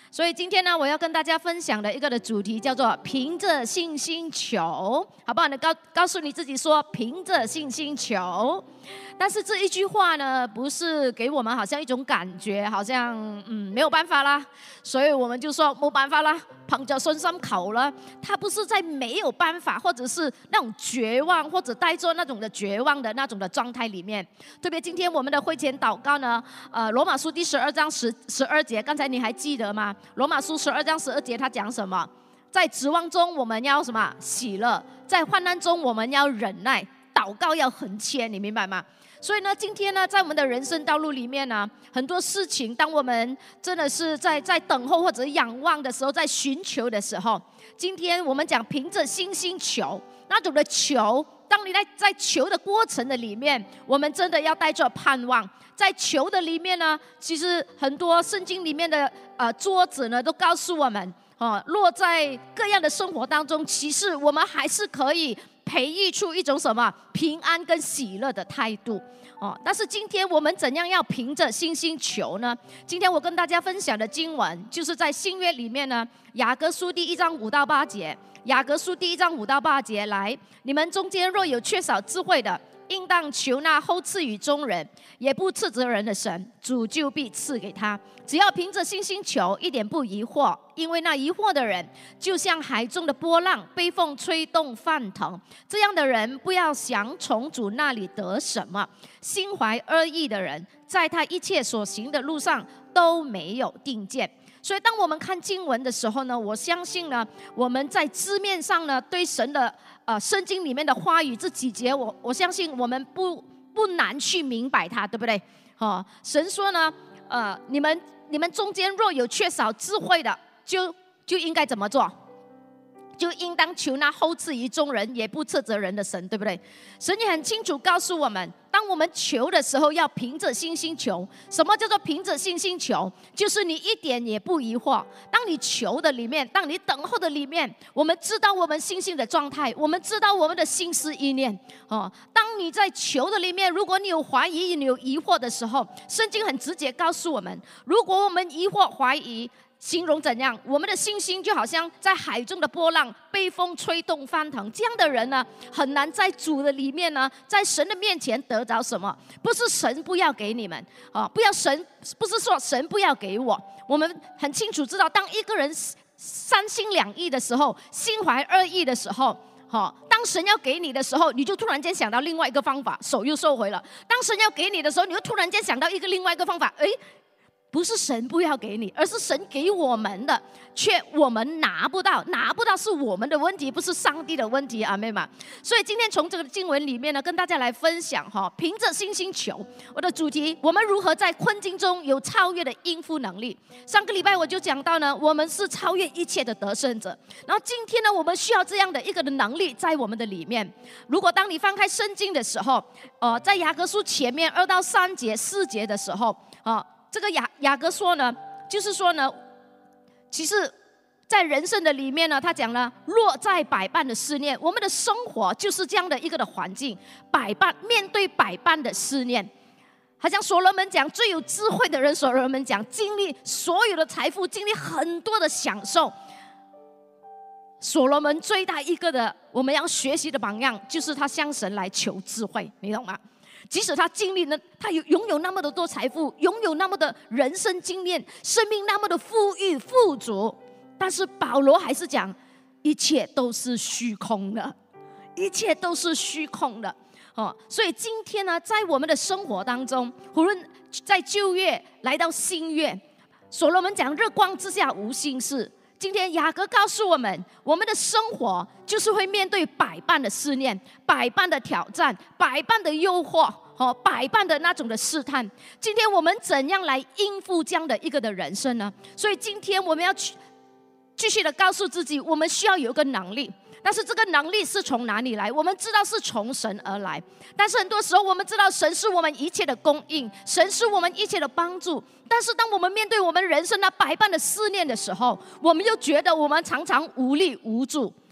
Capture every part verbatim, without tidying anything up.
所以今天呢，我要跟大家分享的一个的主题叫做凭着信心求，好不好？你告告诉你自己说凭着信心求。但是这一句话呢，不是给我们好像一种感觉，好像嗯没有办法啦，所以我们就说没办法啦，凭着信心求了。它不是在没有办法，或者是那种绝望，或者带着那种的绝望的那种的状态里面。特别今天我们的会前祷告呢，呃，罗马书第十二章十十二节，刚才你还记得吗？罗马书十二章十二节，他讲什么？在指望中我们要什么？喜乐；在患难中我们要忍耐；祷告要恒切，你明白吗？所以呢，今天呢，在我们的人生道路里面呢，很多事情，当我们真的是在在等候或者仰望的时候，在寻求的时候，今天我们讲凭着信心求，那种的求，当你在在求的过程的里面，我们真的要带着盼望。在求的里面呢，其实很多圣经里面的呃作者呢，都告诉我们，哦，落在各样的生活当中，其实我们还是可以培育出一种什么平安跟喜乐的态度。哦，但是今天我们怎样要凭着信心求呢？今天我跟大家分享的经文，就是在新约里面呢，雅各书第一章五到八节。雅各书第一章五到八节，来，你们中间若有缺少智慧的，应当求那厚赐与众人，也不斥责人的神，主就必赐给他。只要凭着信心求，一点不疑惑，因为那疑惑的人，就像海中的波浪，被风吹动翻腾。这样的人，不要想从主那里得什么。心怀恶意的人，在他一切所行的路上都没有定见。所以当我们看经文的时候呢，我相信呢，我们在字面上呢，对神的呃圣经里面的话语这几节，我我相信我们不不难去明白它，对不对？哦，神说呢，呃，你们你们中间若有缺少智慧的，就就应该怎么做？就应当求那厚赐于众人，也不斥责人的神，对不对？神也很清楚告诉我们，当我们求的时候，要凭着信心求。什么叫做凭着信心求？就是你一点也不疑惑。当你求的里面，当你等候的里面，我们知道我们信心的状态，我们知道我们的心思意念。哦，当你在求的里面，如果你有怀疑、你有疑惑的时候，圣经很直接告诉我们，如果我们疑惑、怀疑，形容怎样？我们的信心就好像在海中的波浪，被风吹动翻腾。这样的人呢，很难在主的里面呢，在神的面前得着什么？不是神不要给你们啊，不要神，不是说神不要给我。我们很清楚知道，当一个人三心两意的时候，心怀二意的时候，好，当神要给你的时候，你就突然间想到另外一个方法，手又收回了。当神要给你的时候，你又突然间想到一个另外一个方法，哎。不是神不要给你，而是神给我们的，却我们拿不到，拿不到是我们的问题，不是上帝的问题，阿们吗？所以今天从这个经文里面呢，跟大家来分享哈，凭着信心求。我的主题，我们如何在困境中有超越的应付能力。上个礼拜我就讲到呢，我们是超越一切的得胜者。然后今天呢，我们需要这样的一个的能力在我们的里面。如果当你翻开圣经的时候，呃，在雅各书前面二到三节、四节的时候，啊。这个雅雅各说呢，就是说呢，其实，在人生的里面呢，他讲了，落在百般的思念，我们的生活就是这样的一个的环境，百般面对百般的思念。好像所罗门讲，最有智慧的人，所罗门讲，经历所有的财富，经历很多的享受。所罗门最大一个的我们要学习的榜样，就是他向神来求智慧，你懂吗？即使他经历呢，他有拥有那么的多财富，拥有那么的人生经验，生命那么的富裕富足，但是保罗还是讲，一切都是虚空的，一切都是虚空的。哦，所以今天呢，在我们的生活当中，无论在旧约来到新约，所罗门讲日光之下无新事。今天雅各告诉我们，我们的生活就是会面对百般的思念，百般的挑战，百般的诱惑，哦，百般的那种的试探。今天我们怎样来应付这样的一个的人生呢？所以今天我们要去继续的告诉自己，我们需要有一个能力。但是这个能力是从哪里来？我们知道是从神而来，但是很多时候我们知道神是我们一切的供应，神是我们一切的帮助。但是当我们面对我们人生那百般的思念的时候，我们又觉得我们常常无力无助，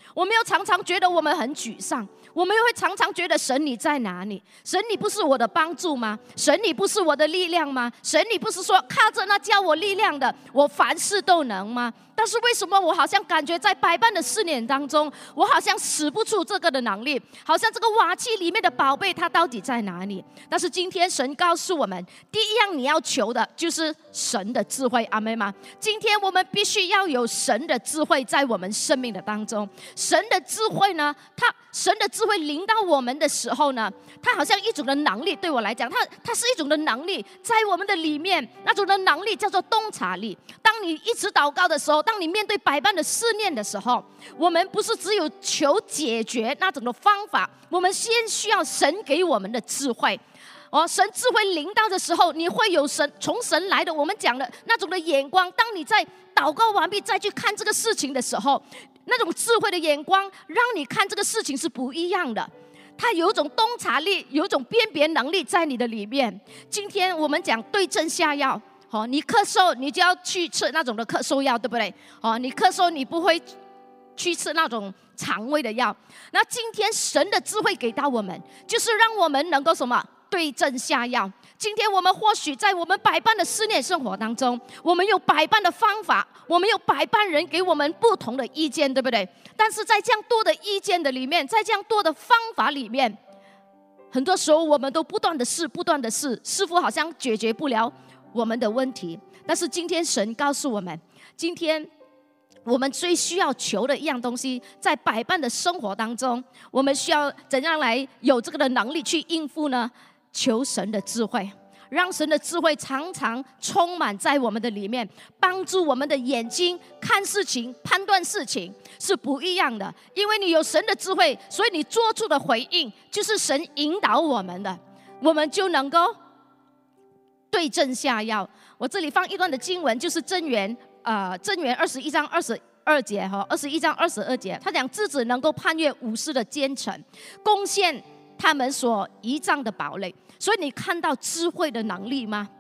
我们又常常觉得我们很沮丧，我们又会常常觉得神你在哪里？神你不是我的帮助吗？神你不是我的力量吗？神你不是说靠着那教我力量的，我凡事都能吗？但是为什么我好像感觉在百般的试炼当中，我好像使不出这个的能力，好像这个瓦器里面的宝贝它到底在哪里？但是今天神告诉我们，第一样你要求的就是神的智慧，阿们吗？今天我们必须要有神的智慧在我们生命的当中。神的智慧呢，它神的智慧临到我们的时候呢，它好像一种的能力，对我来讲，它它是一种的能力，在我们的里面，那种的能力叫做洞察力。当你一直祷告的时候，当你面对百般的试炼的时候，我们不是只有求解决那种的方法，我们先需要神给我们的智慧。哦，神智慧临到的时候，你会有神从神来的我们讲的那种的眼光。当你在祷告完毕再去看这个事情的时候，那种智慧的眼光让你看这个事情是不一样的。它有一种洞察力，有一种辨别能力在你的里面。今天我们讲对症下药。哦，你咳嗽，你就要去吃那种的咳嗽药，对不对？哦，你咳嗽，你不会去吃那种肠胃的药。那今天神的智慧给到我们，就是让我们能够什么？对症下药。今天我们或许在我们百般的试炼生活当中，我们有百般的方法，我们有百般人给我们不同的意见，对不对？但是在这样多的意见的里面，在这样多的方法里面，很多时候我们都不断的试，不断的试，似乎好像解决不了我们的问题。但是今天神告诉我们，今天我们最需要求的一样东西，在百般的生活当中，我们需要怎样来有这个的能力去应付呢？求神的智慧，让神的智慧常常充满在我们的里面，帮助我们的眼睛看事情、判断事情是不一样的。因为你有神的智慧，所以你做出的回应就是神引导我们的，我们就能够对症下药。我这里放一段的经文，就是箴言，呃，箴言二十一章二十二节哈，二十一章二十二节，他讲智子能够判阅武士的奸臣，攻陷他们所倚仗的堡垒。所以你看到智慧的能力吗？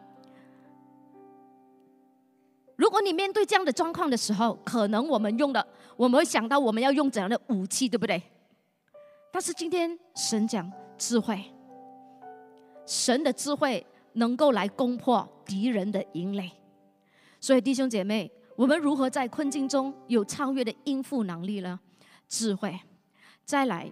如果你面对这样的状况的时候，可能我们用的，我们会想到我们要用怎样的武器，对不对？但是今天神讲智慧，神的智慧能够来攻破敌人的营垒。所以弟兄姐妹，我们如何在困境中有超越的应付能力呢？智慧。再来，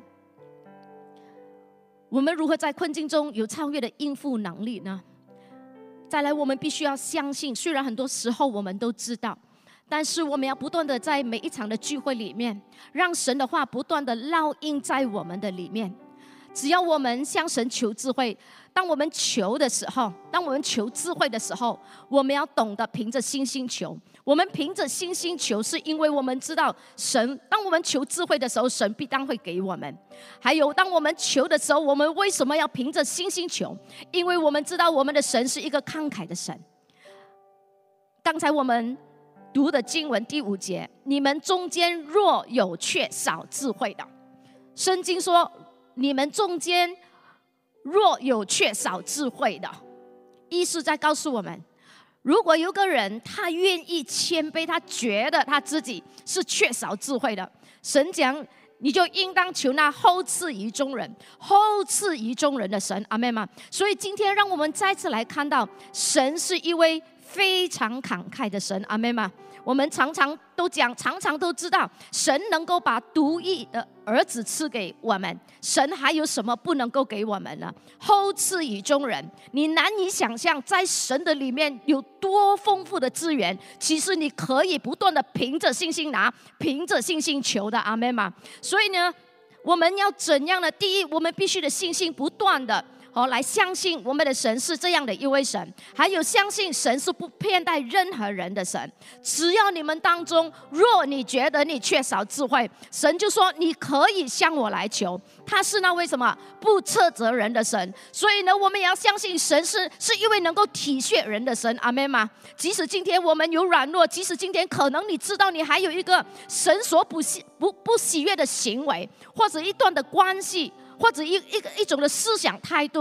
我们如何在困境中有超越的应付能力呢？再来，我们必须要相信，虽然很多时候我们都知道，但是我们要不断的在每一场的聚会里面，让神的话不断的烙印在我们的里面。只要我们向神求智慧，当我们求的时候，当我们求智慧的时候，我们要懂得凭着信心求。我们凭着信心求，是因为我们知道神，当我们求智慧的时候，神必当会给我们。还有当我们求的时候，我们为什么要凭着信心求？因为我们知道我们的神是一个慷慨的神。刚才我们读的经文第五节，你们中间若有缺少智慧的，圣经说你们中间若有缺少智慧的，意思在告诉我们，如果有个人他愿意谦卑，他觉得他自己是缺少智慧的，神讲你就应当求那厚赐于众人、厚赐于众人的神，阿们吗？所以今天让我们再次来看到，神是一位非常慷慨的神，阿们吗？我们常常都讲，常常都知道，神能够把独一的儿子赐给我们，神还有什么不能够给我们呢？厚赐于众人，你难以想象，在神的里面有多丰富的资源，其实你可以不断的凭着信心拿，凭着信心求的，阿们吗？所以呢，我们要怎样呢？第一，我们必须的信心不断的哦，来相信我们的神是这样的一位神，还有相信神是不偏待任何人的神。只要你们当中，若你觉得你缺少智慧，神就说你可以向我来求。他是那位什么不斥责人的神，所以呢，我们也要相信神是是一位能够体恤人的神，阿们吗？即使今天我们有软弱，即使今天可能你知道你还有一个神所不喜不不喜悦的行为，或者一段的关系，或者一一个一种的思想态度，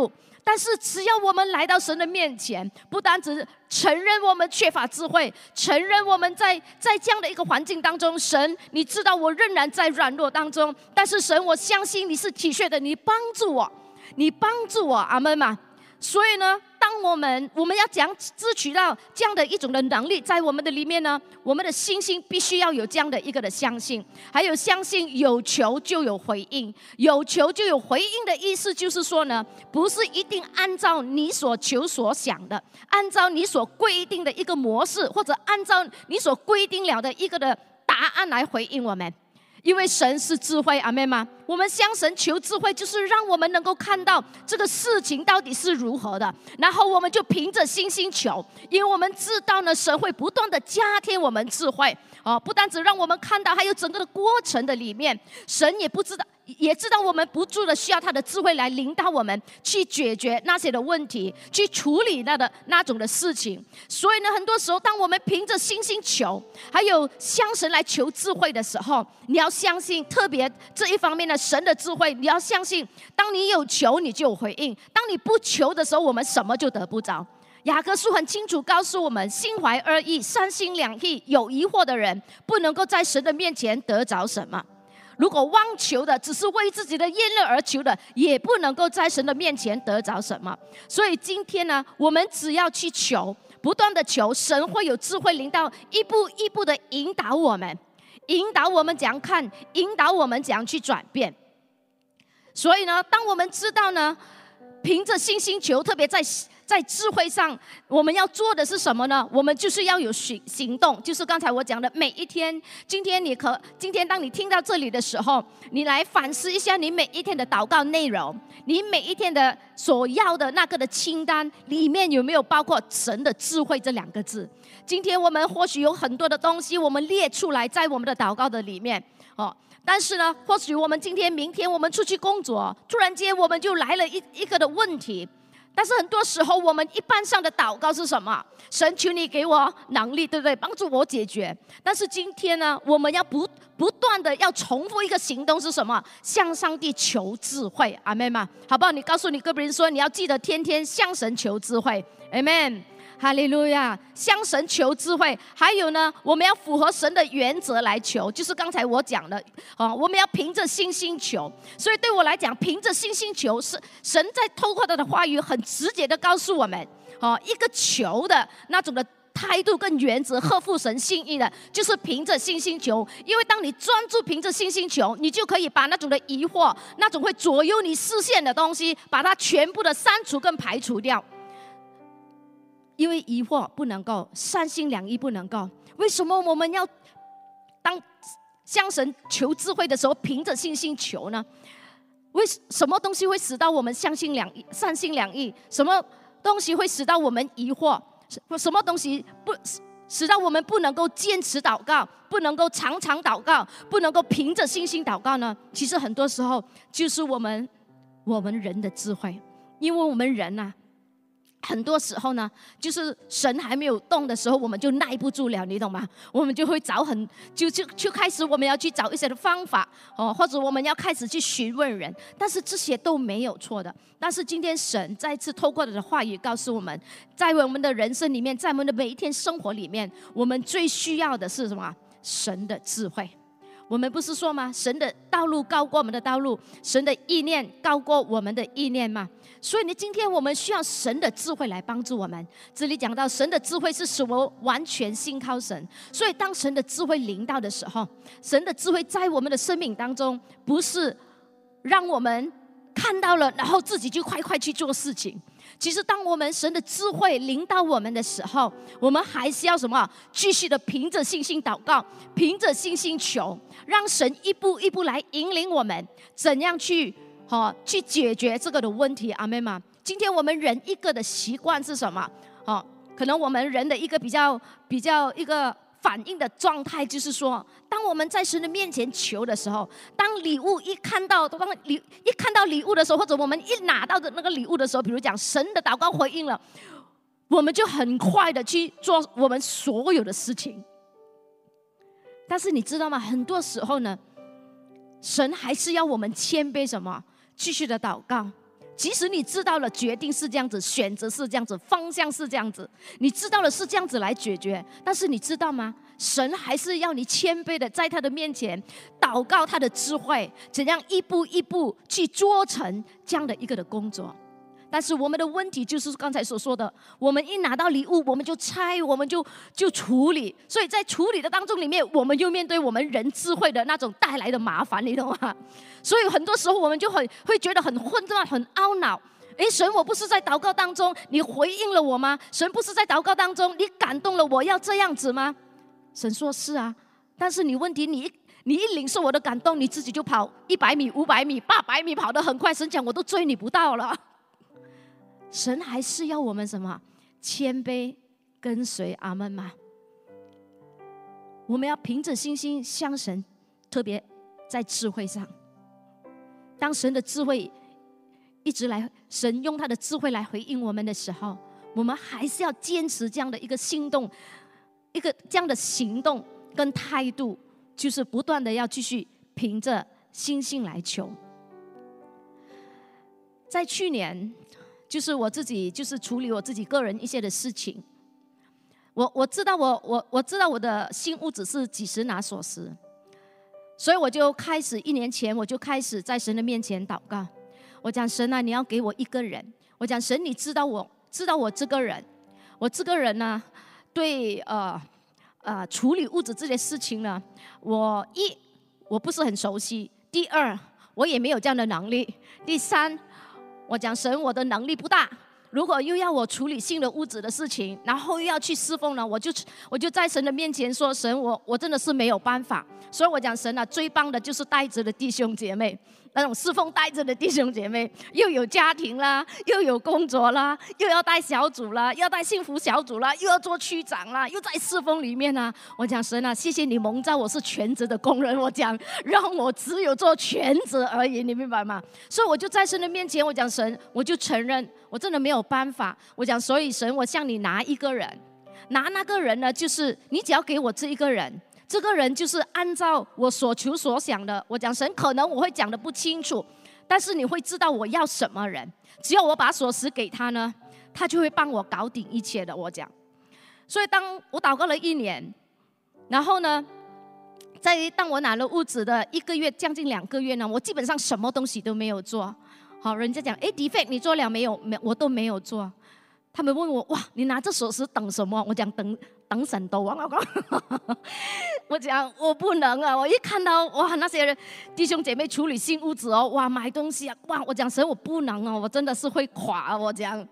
但是只要我们来到神的面前，不单只承认我们缺乏智慧，承认我们在在这样的一个环境当中，神你知道我仍然在软弱当中，但是神我相信你是体恤的，你帮助我，你帮助我，阿们嘛。所以呢，当我们我们要讲支取到这样的一种的能力在我们的里面呢，我们的信心必须要有这样的一个的相信，还有相信有求就有回应。有求就有回应的意思就是说呢，不是一定按照你所求所想的，按照你所规定的一个模式，或者按照你所规定了的一个的答案来回应我们。因为神是智慧，阿们吗？我们向神求智慧，就是让我们能够看到这个事情到底是如何的，然后我们就凭着信心求，因为我们知道呢，神会不断的加添我们智慧哦，不单只让我们看到，还有整个的过程的里面，神也不知道。也知道我们不住的需要他的智慧来领导我们去解决那些的问题，去处理那的那种的事情。所以呢，很多时候当我们凭着信心求，还有向神来求智慧的时候，你要相信，特别这一方面的神的智慧，你要相信，当你有求你就有回应，当你不求的时候，我们什么就得不着。雅各书很清楚告诉我们，心怀二意，三心两意，有疑惑的人不能够在神的面前得着什么。如果妄求的只是为自己的宴乐而求的，也不能够在神的面前得着什么。所以今天呢，我们只要去求，不断的求，神会有智慧领导，一步一步的引导我们，引导我们怎样看，引导我们怎样去转变。所以呢，当我们知道呢，凭着信心求，特别在在智慧上，我们要做的是什么呢？我们就是要有行行动，就是刚才我讲的，每一天。今天你可，今天当你听到这里的时候，你来反思一下你每一天的祷告内容，你每一天的所要的那个的清单里面有没有包括神的智慧这两个字？今天我们或许有很多的东西，我们列出来在我们的祷告的里面哦。但是呢，或许我们今天、明天我们出去工作，突然间我们就来了一一个的问题。但是很多时候，我们一般上的祷告是什么？神求你给我能力，对不对？帮助我解决。但是今天呢，我们要不不断的要重复一个行动是什么？向上帝求智慧，阿们吗？好不好？你告诉你隔壁人说，你要记得天天向神求智慧，阿们。哈利路亚！向神求智慧，还有呢，我们要符合神的原则来求，就是刚才我讲的哦，我们要凭着信心求。所以对我来讲，凭着信心求是神在透过他的话语很直接的告诉我们哦，一个求的那种的态度跟原则，合乎神心意的，就是凭着信心求。因为当你专注凭着信心求，你就可以把那种的疑惑，那种会左右你视线的东西，把它全部的删除跟排除掉。因为疑惑不能够，三心两意不能够。为什么我们要当向神求智慧的时候，凭着信心求呢？为什么东西会使到我们相信两意、三心两意？什么东西会使到我们疑惑？什么东西不使到我们不能够坚持祷告，不能够常常祷告，不能够凭着信心祷告呢？其实很多时候就是我们我们人的智慧，因为我们人啊。很多时候呢，就是神还没有动的时候，我们就耐不住了，你懂吗？我们就会找很就就就开始我们要去找一些的方法哦，或者我们要开始去询问人，但是这些都没有错的。但是今天神再次透过他的话语告诉我们，在我们的人生里面，在我们的每一天生活里面，我们最需要的是什么？神的智慧。我们不是说吗？神的道路高过我们的道路，神的意念高过我们的意念吗？所以呢，今天我们需要神的智慧来帮助我们。这里讲到神的智慧是使我完全信靠神，所以当神的智慧临到的时候，神的智慧在我们的生命当中，不是让我们看到了然后自己就快快去做事情。其实当我们神的智慧临到我们的时候，我们还是要什么？继续的凭着信心祷告，凭着信心求，让神一步一步来引领我们怎样去哦，去解决这个的问题，阿们吗？今天我们人一个的习惯是什么？哦，可能我们人的一个比较比较一个反应的状态，就是说，当我们在神的面前求的时候，当礼物一看到，当礼一看到礼物的时候，或者我们一拿到的那个礼物的时候，比如讲神的祷告回应了，我们就很快的去做我们所有的事情。但是你知道吗？很多时候呢，神还是要我们谦卑什么？继续的祷告， 即使你知道了决定是这样子，选择是这样子，方向是这样子，你知道了是这样子来解决，但是你知道吗？神还是要你谦卑的在他的面前祷告他的智慧，怎样一步一步去做成这样的一个的工作。但是我们的问题就是刚才所说的，我们一拿到礼物，我们就拆，我们就就处理，所以在处理的当中里面，我们又面对我们人智慧的那种带来的麻烦，你懂吗？所以很多时候我们就很会觉得很混乱、很懊恼。诶，神，我不是在祷告当中你回应了我吗？神不是在祷告当中你感动了我要这样子吗？神说是啊，但是你问题你一你一领受我的感动，你自己就跑一百米、五百米、八百米，跑得很快。神讲我都追你不到了。神还是要我们什么？谦卑跟随，阿们吗？我们要凭着信心向神，特别在智慧上。当神的智慧一直来，神用他的智慧来回应我们的时候，我们还是要坚持这样的一个行动，一个这样的行动跟态度，就是不断的要继续凭着信心来求。在去年，就是我自己就是处理我自己个人一些的事情，我我知道我我我知道我的新屋子是几时拿锁匙，所以我就开始一年前我就开始在神的面前祷告。我讲神啊，你要给我一个人。我讲神，你知道我知道我这个人，我这个人呢，对呃呃处理屋子这些事情呢，我一我不是很熟悉，第二我也没有这样的能力，第三。我讲神，我的能力不大，如果又要我处理新的屋子的事情，然后又要去侍奉呢，我就我就在神的面前说，神，我我真的是没有办法。所以我讲神啊，最棒的就是带着的弟兄姐妹，那种侍奉带着的弟兄姐妹，又有家庭啦，又有工作啦，又要带小组啦，要带幸福小组啦，又要做区长啦，又在侍奉里面啊。我讲神啊，谢谢你蒙召我是全职的工人，我讲让我只有做全职而已，你明白吗？所以我就在神的面前，我讲神，我就承认我真的没有办法。我讲，所以神，我向你拿一个人，拿那个人呢，就是你只要给我这一个人。这个人就是按照我所求所想的。我讲神，可能我会讲得不清楚，但是你会知道我要什么人。只要我把锁匙给他呢，他就会帮我搞定一切的。我讲，所以当我祷告了一年，然后呢，在当我拿了屋子的一个月，将近两个月呢，我基本上什么东西都没有做。好，人家讲，哎 ，defect 你做了没有？没，我都没有做。他们问我，哇，你拿着锁匙等什么？我讲等等神都王，我讲我不能啊！我一看到哇那些人弟兄姐妹处理新屋子哦，哇买东西啊，哇我讲神我不能哦，我真的是会垮啊！我讲，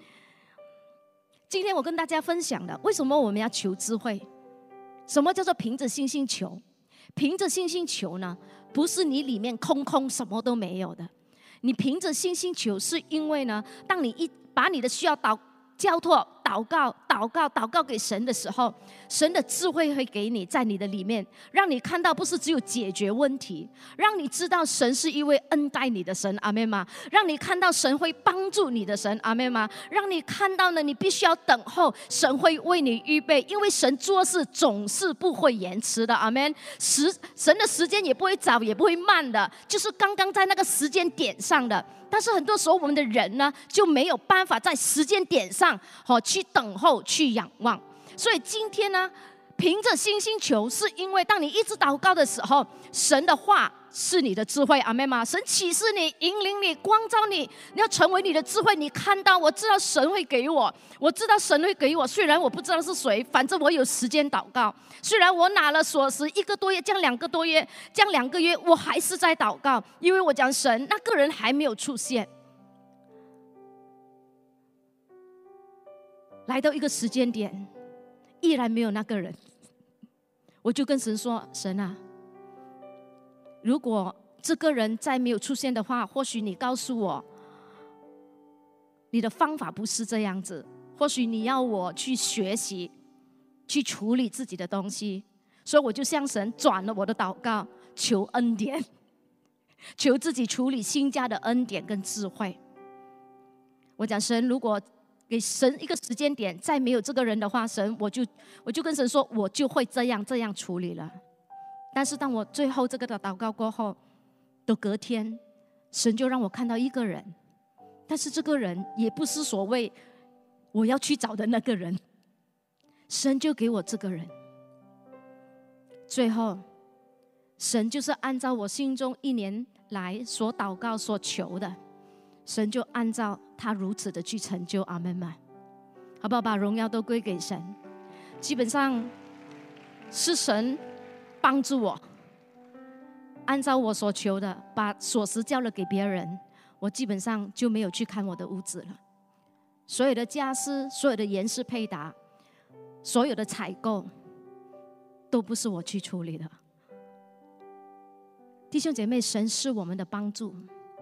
今天我跟大家分享的，为什么我们要求智慧？什么叫做凭着信心求？凭着信心求呢，不是你里面空空什么都没有的。你凭着信心求，是因为呢，当你一把你的需要祷交托、祷告、祷告、祷告给神的时候，神的智慧会给你在你的里面，让你看到不是只有解决问题，让你知道神是一位恩待你的神，阿们吗？让你看到神会帮助你的神，阿们吗？让你看到呢，你必须要等候，神会为你预备，因为神做事总是不会延迟的，阿们。时神的时间也不会早，也不会慢的，就是刚刚在那个时间点上的。但是很多时候我们的人呢，就没有办法在时间点上哦去等候、去仰望。所以今天呢，凭着信心求，是因为当你一直祷告的时候，神的话是你的智慧，阿们吗？神启示你、引领你、光照你，你要成为你的智慧。你看到，我知道神会给我，我知道神会给我。虽然我不知道是谁，反正我有时间祷告。虽然我拿了锁匙一个多月，这样两个多月，这样两个月，我还是在祷告，因为我讲神那个人还没有出现。来到一个时间点，依然没有那个人，我就跟神说：神啊，如果这个人再没有出现的话，或许你告诉我，你的方法不是这样子，或许你要我去学习，去处理自己的东西，所以我就向神转了我的祷告，求恩典，求自己处理新家的恩典跟智慧。我讲神，如果给神一个时间点，再没有这个人的话，神我就我就跟神说，我就会这样这样处理了。但是当我最后这个的祷告过后的隔天，神就让我看到一个人， 但是这个人也不是所谓我要去找的那个人，神就给我这个人。最后神就是按照我心中一年来所祷告所求的，神就按照他如此的去成就。阿们吗？好不好？把荣耀都归给神。基本上是神帮助我，按照我所求的把锁匙交了给别人，我基本上就没有去看我的屋子了。所有的家私，所有的严饰配搭，所有的采购都不是我去处理的。弟兄姐妹，神是我们的帮助。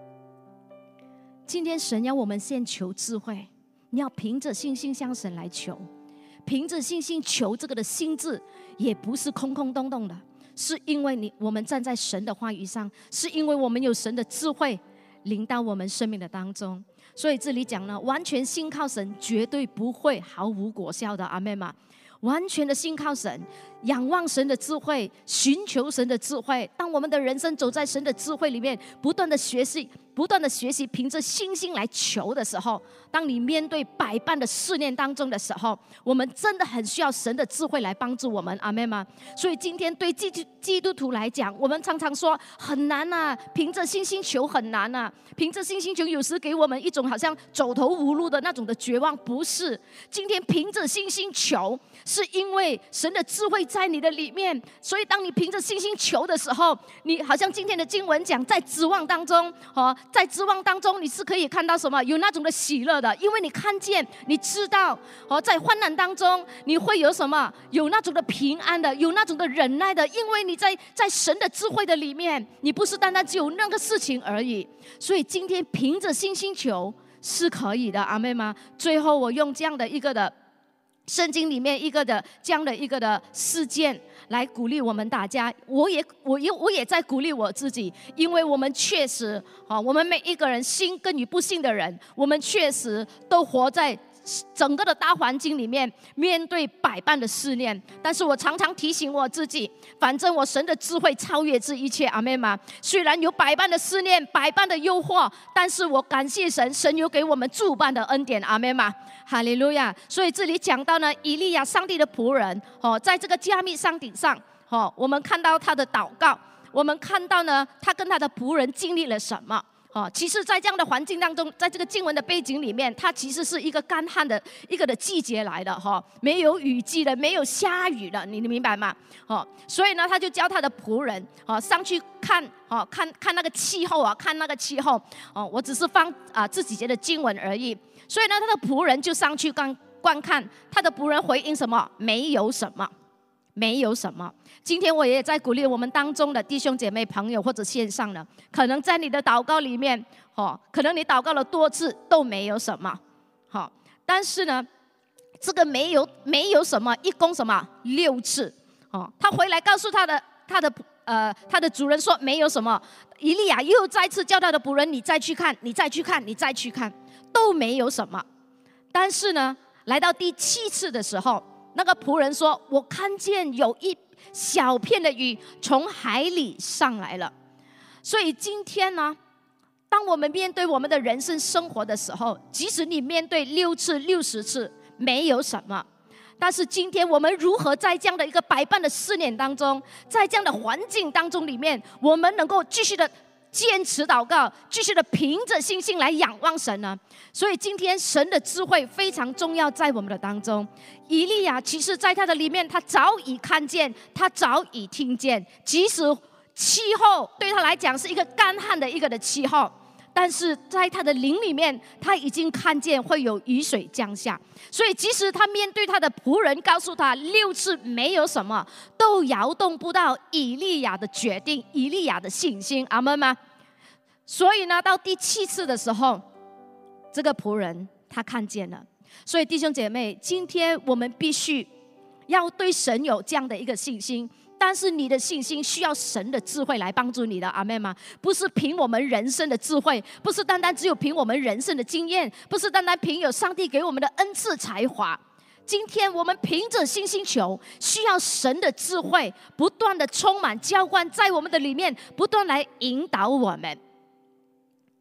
今天神要我们先求智慧，你要凭着信心向神来求，凭着信心求。这个的心智也不是空空洞洞的，是因为你我们站在神的话语上，是因为我们有神的智慧临到我们生命的当中。所以这里讲呢，完全信靠神绝对不会毫无果效的。阿们吗？完全的信靠神，仰望神的智慧，寻求神的智慧。当我们的人生走在神的智慧里面，不断的学习，不断的学习，凭着信心来求的时候，当你面对百般的试炼当中的时候，我们真的很需要神的智慧来帮助我们。阿们吗？所以今天对基督基督徒来讲，我们常常说很难啊，凭着信心求很难啊，凭着信心求有时给我们一种好像走投无路的那种的绝望。不是，今天凭着信心求，是因为神的智慧在你的里面。所以当你凭着信心求的时候，你好像今天的经文讲，在指望当中、哦、在指望当中你是可以看到什么？有那种的喜乐的，因为你看见，你知道、哦、在患难当中你会有什么？有那种的平安的，有那种的忍耐的，因为你在在神的智慧的里面，你不是单单只有那个事情而已。所以今天凭着信心求是可以的。阿们吗？最后我用这样的一个的圣经里面一个的这样的一个的事件来鼓励我们大家，我也我也我也在鼓励我自己，因为我们确实、哦、我们每一个人信跟与不信的人，我们确实都活在整个的大环境里面，面对百般的试炼。但是我常常提醒我自己，反正我神的智慧超越这一切。阿们吗？虽然有百般的试炼，百般的诱惑，但是我感谢神，神有给我们诸般的恩典。阿们吗？哈利路亚。所以这里讲到呢，以利亚上帝的仆人、哦、在这个加密山顶上、哦、我们看到他的祷告，我们看到呢他跟他的仆人经历了什么。哦，其实在这样的环境当中，在这个经文的背景里面，它其实是一个干旱的一个的季节来的、哦、没有雨季的，没有下雨的，你明白吗？哦，所以呢他就教他的仆人、哦、上去看、哦、看看那个气候啊，看那个气候、哦、我只是放啊这几节的经文而已。所以呢他的仆人就上去观观看，他的仆人回应什么？没有什么，没有什么。今天我也在鼓励我们当中的弟兄姐妹朋友，或者线上的，可能在你的祷告里面、哦、可能你祷告了多次都没有什么、哦、但是呢这个没有没有什么一共什么六次、哦、他回来告诉他的他的呃他的主人说没有什么。以利亚又再次叫他的仆人，你再去看，你再去看，你再去看，都没有什么。但是呢来到第七次的时候，那个仆人说，我看见有一小片的雨从海里上来了。所以今天呢，当我们面对我们的人生生活的时候，即使你面对六次六十次没有什么，但是今天我们如何在这样的一个百般的试炼当中，在这样的环境当中里面，我们能够继续的坚持祷告，继续的凭着信心来仰望神呢？所以今天神的智慧非常重要在我们的当中。以利亚其实在他的里面，他早已看见，他早已听见，即使气候对他来讲是一个干旱的一个的气候，但是在他的灵里面，他已经看见会有雨水降下。所以即使他面对他的仆人告诉他六次没有什么，都摇动不到以利亚的决定，以利亚的信心。阿们吗？所以呢到第七次的时候，这个仆人他看见了。所以弟兄姐妹，今天我们必须要对神有这样的一个信心，但是你的信心需要神的智慧来帮助你的。阿们吗？不是凭我们人生的智慧，不是单单只有凭我们人生的经验，不是单单凭有上帝给我们的恩赐才华。今天我们凭着信心求，需要神的智慧不断的充满浇灌在我们的里面，不断来引导我们。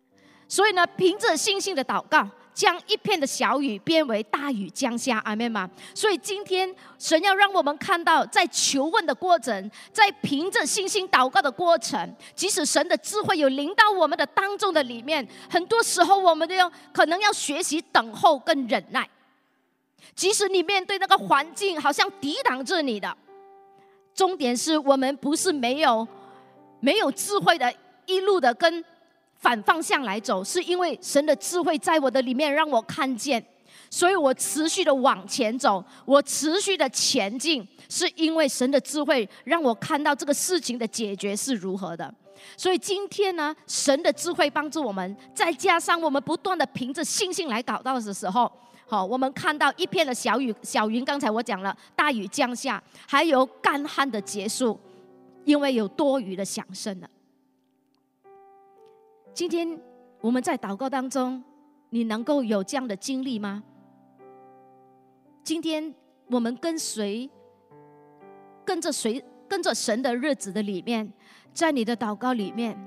所以呢，凭着信心的祷告，将一片的小雨变为大雨降下，阿们吗？所以今天神要让我们看到，在求问的过程，在凭着信心祷告的过程，即使神的智慧有临到我们的当中的里面，很多时候我们都要可能要学习等候跟忍耐。即使你面对那个环境好像抵挡着你的，重点是我们不是没有没有智慧的，一路的跟反方向来走，是因为神的智慧在我的里面让我看见，所以我持续的往前走，我持续的前进，是因为神的智慧让我看到这个事情的解决是如何的。所以今天呢，神的智慧帮助我们，再加上我们不断的凭着信心来祷告的时候，好，我们看到一片的小雨小云，刚才我讲了大雨降下，还有干旱的结束，因为有多余的响声了。今天我们在祷告当中，你能够有这样的经历吗？今天我们跟随跟着谁跟着神的日子的里面，在你的祷告里面，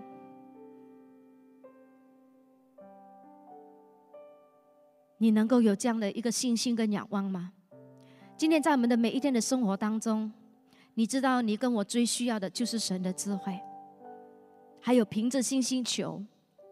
你能够有这样的一个信心跟仰望吗？今天在我们的每一天的生活当中，你知道你跟我最需要的就是神的智慧，还有凭着信心求，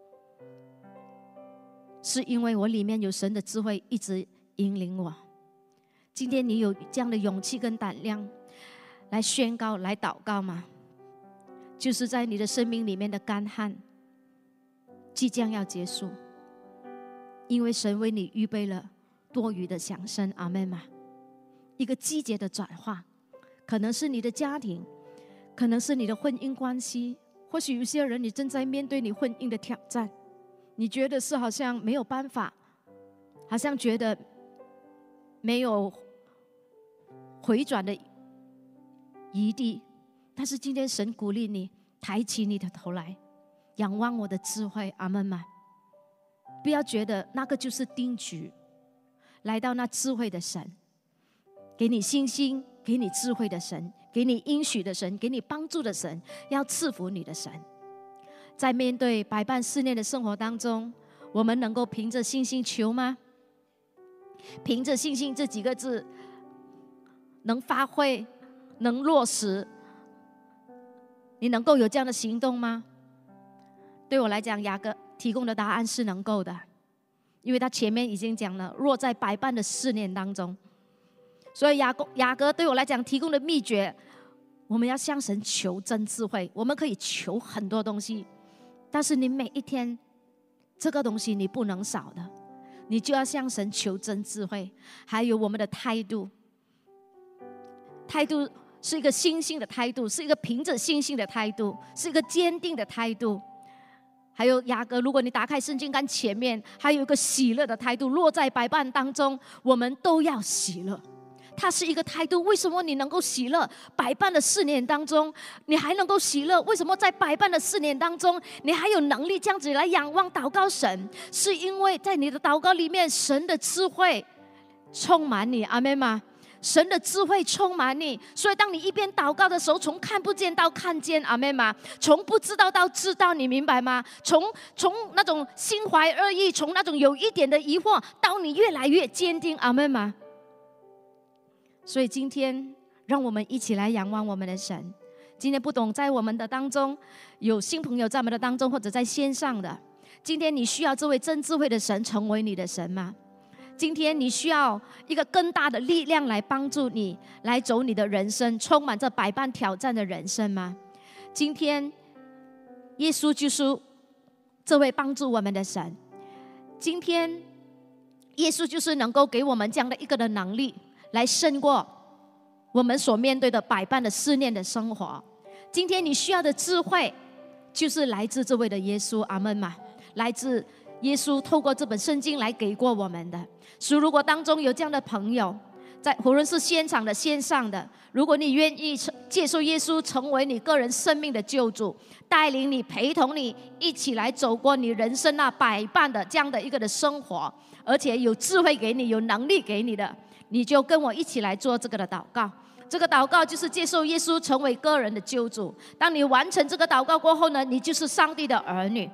是因为我里面有神的智慧一直引领我。今天你有这样的勇气跟胆量来宣告来祷告吗？就是在你的生命里面的干旱即将要结束，因为神为你预备了多余的响声，阿们吗？一个季节的转化，可能是你的家庭，可能是你的婚姻关系，或许有些人你正在面对你婚姻的挑战，你觉得是好像没有办法，好像觉得没有回转的余地，但是今天神鼓励你抬起你的头来，仰望我的智慧，阿们吗？不要觉得那个就是定局，来到那智慧的神，给你信心，给你智慧的神，给你应许的神，给你帮助的神，要赐福你的神。在面对百般试炼的生活当中，我们能够凭着信心求吗？凭着信心这几个字能发挥，能落实，你能够有这样的行动吗？对我来讲，雅各提供的答案是能够的，因为他前面已经讲了，若在百般的试炼当中，所以雅各雅各对我来讲提供的秘诀，我们要向神求真智慧。我们可以求很多东西，但是你每一天这个东西你不能少的，你就要向神求真智慧。还有我们的态度，态度是一个信心的态度，是一个凭着信心的态度，是一个坚定的态度。还有雅各，如果你打开圣经看前面，还有一个喜乐的态度，落在百般当中，我们都要喜乐。它是一个态度。为什么你能够喜乐？百般的试炼当中你还能够喜乐？为什么在百般的试炼当中你还有能力这样子来仰望祷告神？是因为在你的祷告里面，神的智慧充满你，阿们吗？神的智慧充满你，所以当你一边祷告的时候，从看不见到看见，阿们吗？从不知道到知道，你明白吗？从从那种心怀恶意，从那种有一点的疑惑，到你越来越坚定，阿们吗？所以今天让我们一起来仰望我们的神。今天不懂在我们的当中有新朋友在我们的当中，或者在线上的，今天你需要这位真智慧的神成为你的神吗？今天你需要一个更大的力量来帮助你来走你的人生，充满着百般挑战的人生吗？今天耶稣就是这位帮助我们的神，今天耶稣就是能够给我们这样的一个的能力，来胜过我们所面对的百般的试炼的生活。今天你需要的智慧就是来自这位的耶稣，阿们吗？来自耶稣透过这本圣经来给过我们的。所以如果当中有这样的朋友，在无论是现场的线上的，如果你愿意接受耶稣成为你个人生命的救主，带领你陪同你一起来走过你人生那百般的这样的一个的生活，而且有智慧给你，有能力给你的，你就跟我一起来做这个的祷告。这个祷告就是接受耶稣成为个人的救主。当你完成这个祷告过后呢，你就是上帝的儿女，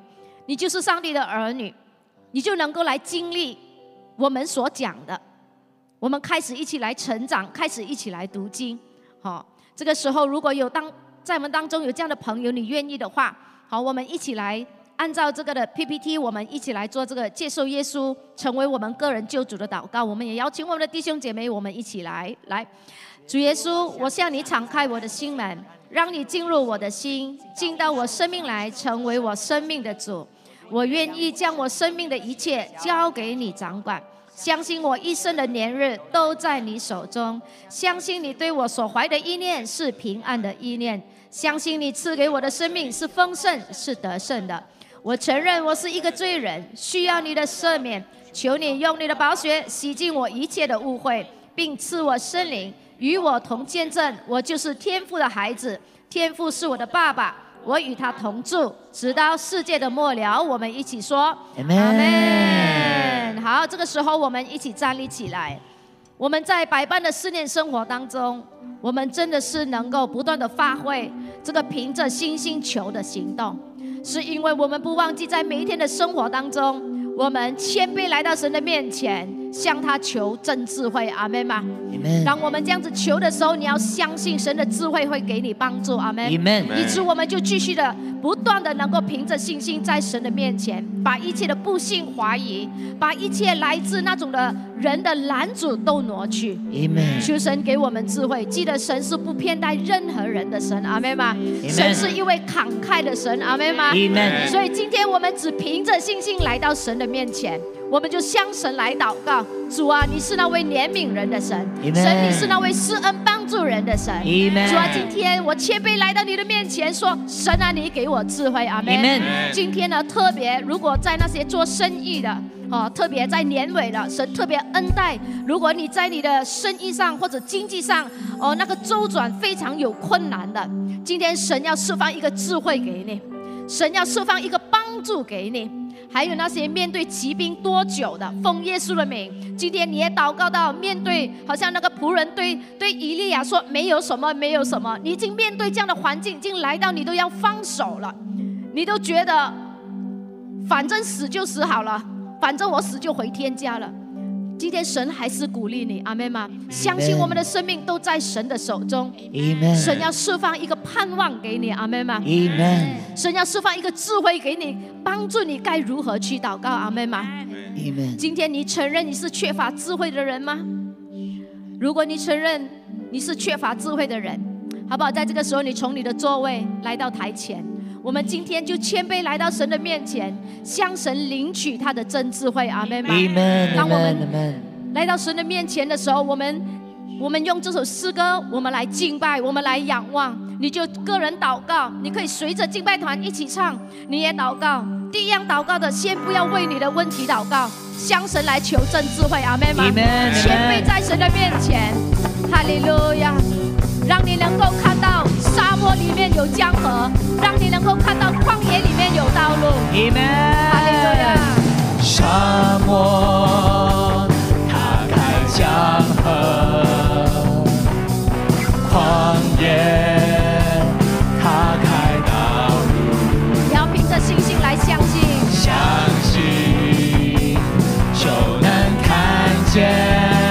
你就是上帝的儿女，你就能够来经历我们所讲的。我们开始一起来成长，开始一起来读经。好，这个时候如果有当在我们当中有这样的朋友，你愿意的话，好，我们一起来按照这个的 P P T， 我们一起来做这个接受耶稣成为我们个人救主的祷告。我们也邀请我们的弟兄姐妹，我们一起来来。主耶稣，我向你敞开我的心门，让你进入我的心，进到我生命来，成为我生命的主。我愿意将我生命的一切交给你掌管，相信我一生的年日都在你手中，相信你对我所怀的意念是平安的意念，相信你赐给我的生命是丰盛是得胜的。我承认我是一个罪人，需要你的赦免，求你用你的宝血洗净我一切的误会，并赐我圣灵与我同见证，我就是天父的孩子，天父是我的爸爸，我与他同住，直到世界的末了。我们一起说 Amen。 好，这个时候我们一起站立起来。我们在百般的试炼生活当中，我们真的是能够不断的发挥这个凭着信心求的行动，是因为我们不忘记在每一天的生活当中，我们谦卑来到神的面前，向他求真智慧。阿们吗？当我们这样子求的时候，你要相信神的智慧会给你帮助。阿们。以致我们就继续的不断的能够凭着信心在神的面前，把一切的不信怀疑，把一切来自那种的人的拦阻都挪去。求神给我们智慧，记得神是不偏待任何人的神。阿们吗？神是一位慷慨的神。阿们吗？所以今天我们只凭着信心来到神的面前，我们就向神来祷告。主啊，你是那位怜悯人的神，神你是那位施恩帮助人的神。主啊，今天我谦卑来到你的面前说，神啊，你给我智慧。阿们。今天呢，特别如果在那些做生意的哦，特别在年尾了，神特别恩待。如果你在你的生意上或者经济上哦，那个周转非常有困难的，今天神要释放一个智慧给你，神要释放一个帮助给你。还有那些面对疾病多久的，奉耶稣的名，今天你也祷告到面对，好像那个仆人对对以利亚说，没有什么，没有什么，你已经面对这样的环境，已经来到你都要放手了，你都觉得反正死就死好了，反正我死就回天家了。今天神还是鼓励你，阿们吗？相信我们的生命都在神的手中，神要释放一个盼望给你，阿们吗？神要释放一个智慧给你，帮助你该如何去祷告，阿们吗？今天你承认你是缺乏智慧的人吗？如果你承认你是缺乏智慧的人，好不好？在这个时候你从你的座位来到台前，我们今天就谦卑来到神的面前，向神领取他的真智慧。阿们吗？当我们来到神的面前的时候，我们我们用这首诗歌，我们来敬拜，我们来仰望。你就个人祷告，你可以随着敬拜团一起唱，你也祷告。第一样祷告的，先不要为你的问题祷告，向神来求真智慧。阿们吗？谦卑在神的面前，哈利路亚。让你能够看到沙漠里面有江河，让你能够看到旷野里面有道路。哈利路亚。 沙漠它开江河，旷野它开道路。 你要凭着信心来相信， 相信就能看见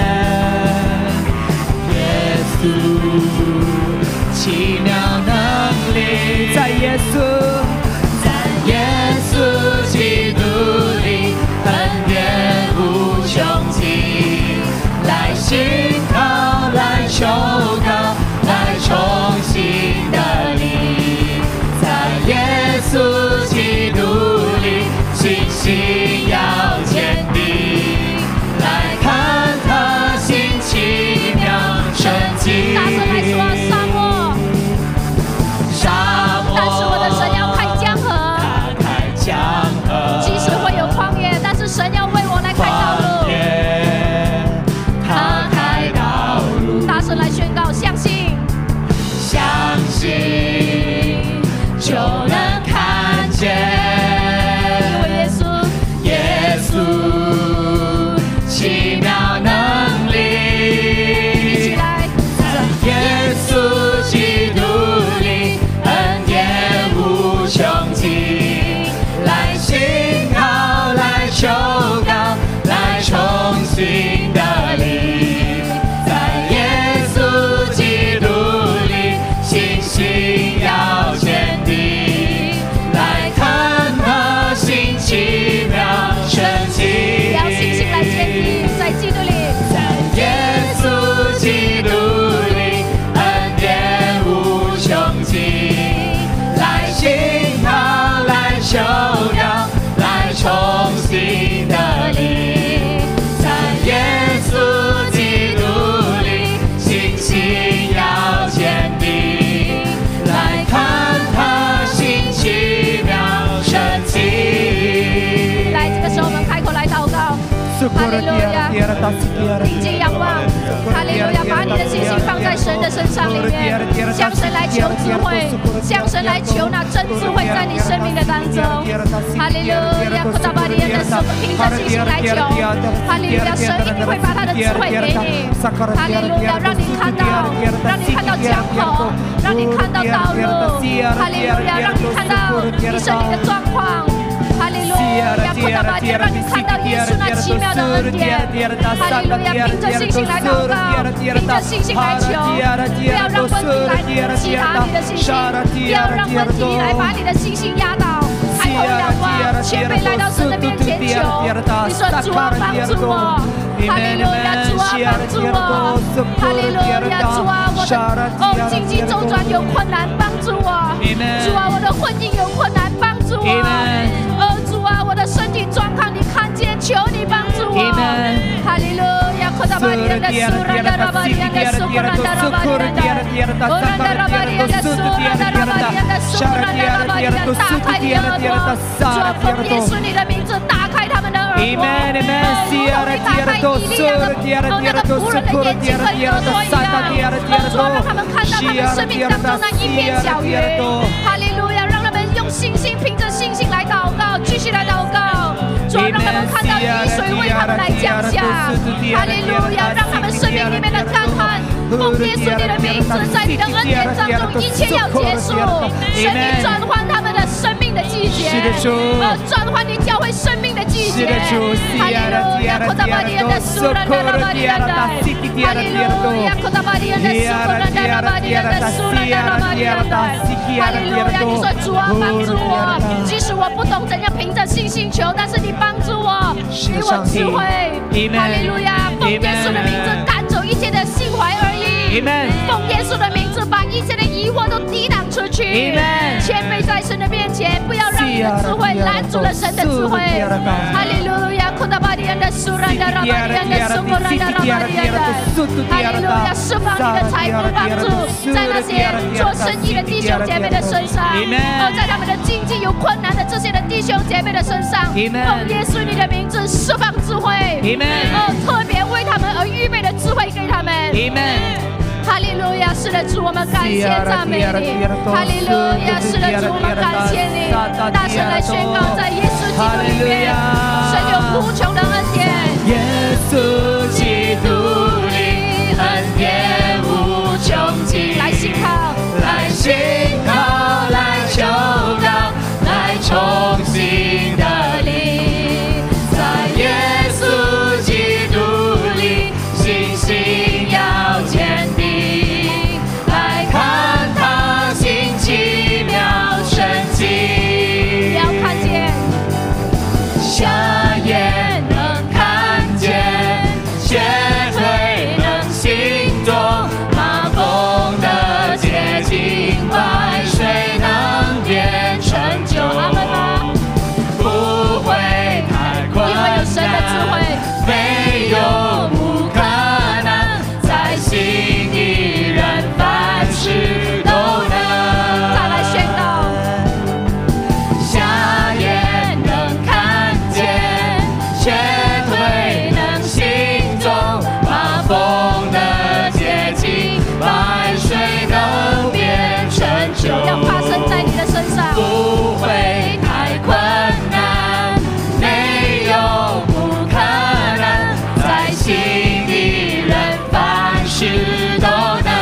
奇妙能力，在耶稣，在耶稣基督里，恩典无穷尽，来信靠，来求告，来重新的力，在耶稣基督里，信心要坚定，来看他行奇妙神迹。 大声来说，沙漠， 沙漠， 但是我的神要开江河， 他开江河， 即使会有旷野，但是神要为我来开道路， 他开道路。 大声来宣告，相信， 相信就能看见。耶稣奇妙能力， 一起来， 在耶稣基督里，恩典无穷尽，来信利路亚，定睛仰望，哈利路亚，把你的信心放在神的身上里面，向神来求智慧，向神来求那真智慧在你生命的当中。哈利路亚，靠着把你的手凭着信心来求，哈利路亚，神一定会把他的智慧给你。哈利路亚，让你看到，让你看到江口，让你看到道路。哈利路亚，让你看到你生命的状况。哈利路亚，扩大把点，让你看到耶稣那奇妙的恩典。哈利路亚，凭着信心来祷告，凭着信心来求，不要让问题来击打你的信心，不要让问题来把你的信心压倒。抬头仰望，谦卑来到神的面前求。你说主啊，帮助我。哈利路亚，主啊，帮助我。哈利路亚，主啊，我的哦经济周转有困难，帮助我。主啊，我的婚姻有困难，帮助我。哦，主啊，我的身体状况你看见，求你帮助我。哈利路亚，扩大把你的苏拉达拉巴利亚的苏拉达拉巴利亚的，欧拉达拉巴利亚的苏拉达拉巴利亚的苏拉达拉巴利亚的，打开你的耳朵，主啊，奉耶稣你的名字打开他们的耳朵，如同你打开以利亚的哦那个仆人的眼睛和耳朵一样，哦主啊，让他们看到他们生命当中那一片小云。哈利路亚，让他们用信心，凭着信心来祷告，继续来祷告。主啊，让他们看到雨水为他们来降下。哈利路亚，让他们生命里面的干旱，奉耶稣你的名字，在你的恩典当中，一切要结束。神你转换他们的生命的季节，呃，转换你教会生命的季节。哈利路亚，扩大把你的苏拉达拉巴利亚的，哈利路亚，扩大把你的苏拉达拉巴利亚的苏拉达拉巴利亚的，哈利路亚，你说主啊，帮助我，即使我不懂怎样凭着信心求，但是你帮助我，给我智慧。哈利路亚，奉耶稣的名字赶走一切的心怀二意，奉耶稣的名字把一切的疑惑都抵挡出去。谦卑在神的面前，不要让你的智慧拦住了神的智慧。哈利路亚，扩大把你的苏拉达拉巴利亚的苏拉达拉巴利亚的，哈利路亚，释放你的财富帮助在那些做生意的弟兄姐妹的身上，哦，在他们的经济有困难的这些的弟兄姐妹的身上，奉耶稣你的名字释放智慧，哦，特别为他们而预备的智慧给他们。哈利路亚，是的主，我们感谢赞美你。哈利路亚，是的主，我们感谢你。大声来宣告，在耶稣基督里面，神有无穷的恩典。 耶稣基督里恩典无穷尽， 来信靠， 来信靠，来求告，来重新的力，在耶稣基督里，信心要坚定，来看他行奇妙神迹， 要看见， 瞎眼能看见，瘸腿能行走，麻风的洁净，百水能变成酒。 阿们吗？ 不会太困因为有神的智慧， 没有不可能，在心意人凡事都能。 再来宣告， 瞎眼能看见，瘸腿能行走，麻风的洁净，百水能变成酒。 要发生在你的身上， 不会太困难，没有不可能，在心里人凡事都能。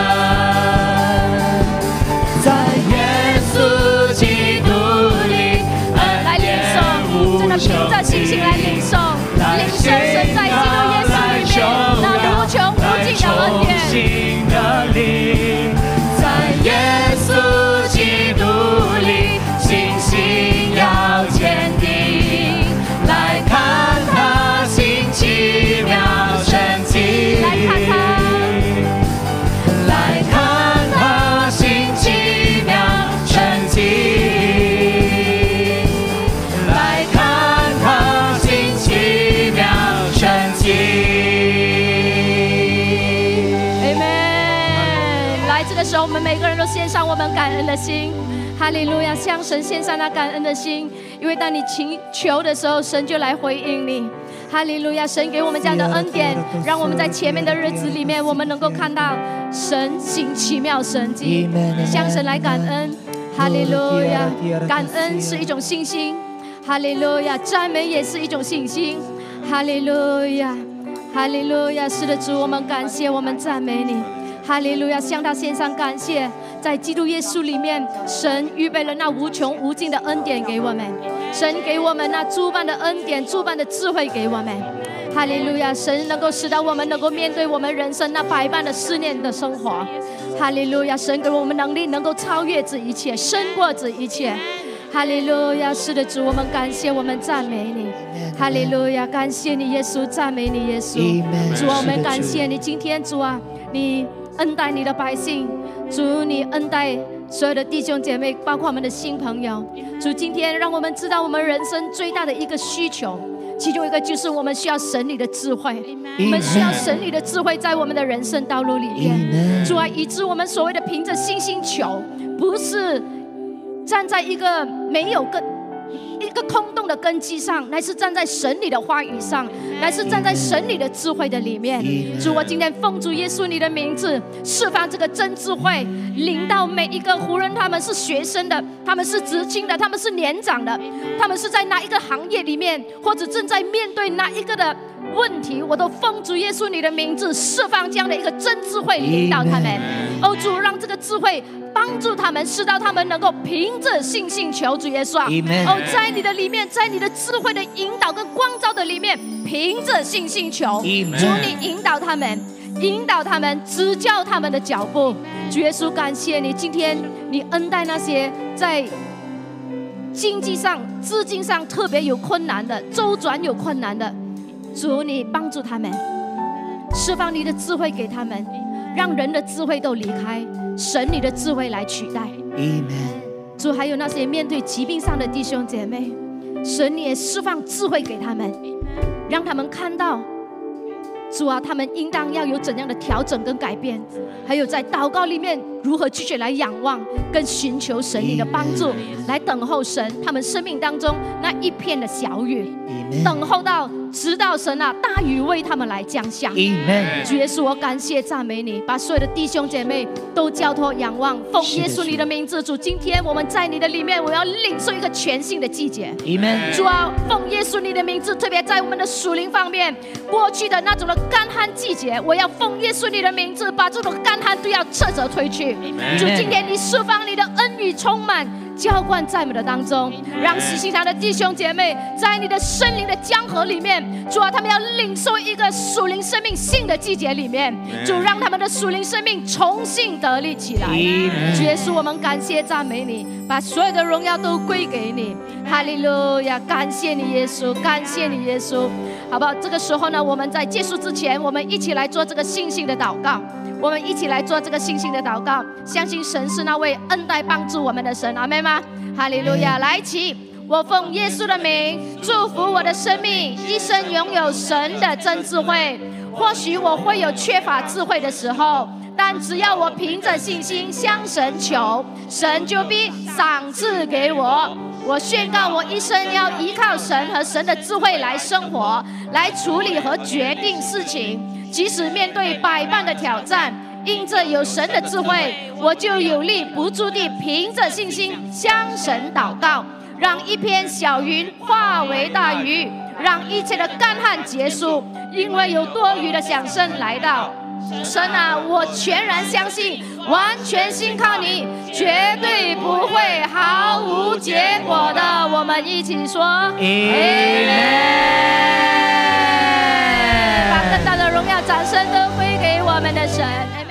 在耶稣基督里， 来领受，真的凭着信心来领受，领受神在基督耶稣里面那无穷无尽的恩典。 的力，在耶稣基督里，信心要坚定，来看他行奇妙神迹， 来看他， 来看他行奇妙神迹，来看他行奇妙神迹。 Amen。来，这个时候我们每个人都献上我们感恩的心，哈利路亚，向神献上那感恩的心，因为当你祈求的时候，神就来回应你。 哈利路亚！神给我们这样的恩典，让我们在前面的日子里面，我们能够看到神行奇妙神迹，向神来感恩。哈利路亚！感恩是一种信心，哈利路亚！赞美也是一种信心，哈利路亚！哈利路亚！是的，主，我们感谢，我们赞美你。哈利路亚！向他献上感谢，在基督耶稣里面，神预备了那无穷无尽的恩典给我们，神给我们那诸般的恩典、诸般的智慧给我们。哈利路亚！神能够使到我们能够面对我们人生那百般的试炼的生活。哈利路亚！神给我们能力，能够超越这一切，胜过这一切。哈利路亚！是的，主，我们感谢，我们赞美你。哈利路亚！感谢你，耶稣，赞美你，耶稣。主啊，我们感谢你，今天主啊，你恩待你的百姓，主，你恩待所有的弟兄姐妹，包括我们的新朋友。主，今天让我们知道我们人生最大的一个需求，其中一个就是我们需要神你的智慧，我们需要神你的智慧在我们的人生道路里面。主啊，以致我们所谓的凭着信心求，不是站在一个没有根一个空洞的根基上，乃是站在神你的话语上，乃是站在神你的智慧的里面。主，我今天奉主耶稣你的名字，释放这个真智慧，领到每一个，无论他们是学生的，他们是知青的，他们是年长的，他们是在哪一个行业里面，或者正在面对哪一个的问题，我都奉主耶稣你的名字，释放这样的一个真智慧，领导他们。哦，主，让这个智慧帮助他们，使到他们能够凭着信心求主耶稣啊！哦，在你的里面，在你的智慧的引导跟光照的里面，凭着信心求。主，你引导他们，引导他们，指教他们的脚步。主耶稣，感谢你，今天你恩待那些在经济上、资金上特别有困难的、周转有困难的，主，你帮助他们，释放你的智慧给他们，让人的智慧都离开，神你的智慧来取代。主，还有那些面对疾病上的弟兄姐妹，神你也释放智慧给他们，让他们看到，主啊，他们应当要有怎样的调整跟改变，还有在祷告里面如何继续来仰望跟寻求神你的帮助，来等候神他们生命当中那一片的小雨，等候到直到神啊大雨为他们来降下。主耶稣，我感谢赞美你，把所有的弟兄姐妹都交托仰望，奉耶稣你的名字。主，今天我们在你的里面，我要领受一个全新的季节。主啊，奉耶稣你的名字，特别在我们的属灵方面，过去的那种的干旱季节，我要奉耶稣你的名字，把这种干旱都要斥责退去。主，今天你释放你的恩雨充满浇灌在我们的当中，让喜信堂的弟兄姐妹在你的圣灵的江河里面，主啊，他们要领受一个属灵生命新的季节里面，主，让他们的属灵生命重新得力起来。主耶稣，我们感谢赞美你，把所有的荣耀都归给你。哈利路亚！感谢你耶稣，感谢你耶稣。好不好？这个时候呢，我们在结束之前，我们一起来做这个信心的祷告。我们一起来做这个信心的祷告，相信神是那位恩待帮助我们的神，阿们吗？哈利路亚！来起，我奉耶稣的名祝福我的生命，一生拥有神的真智慧。或许我会有缺乏智慧的时候，但只要我凭着信心向神求，神就必赏赐给我。我宣告，我一生要依靠神和神的智慧来生活，来处理和决定事情。即使面对百般的挑战，因着有神的智慧，我就有力不住地凭着信心向神祷告，让一片小云化为大雨，让一切的干旱结束，因为有多余的响声来到。神啊，我全然相信，完全信靠你，绝对不会毫无结果的。我们一起说阿们。把更大的荣耀掌声都归给我们的神。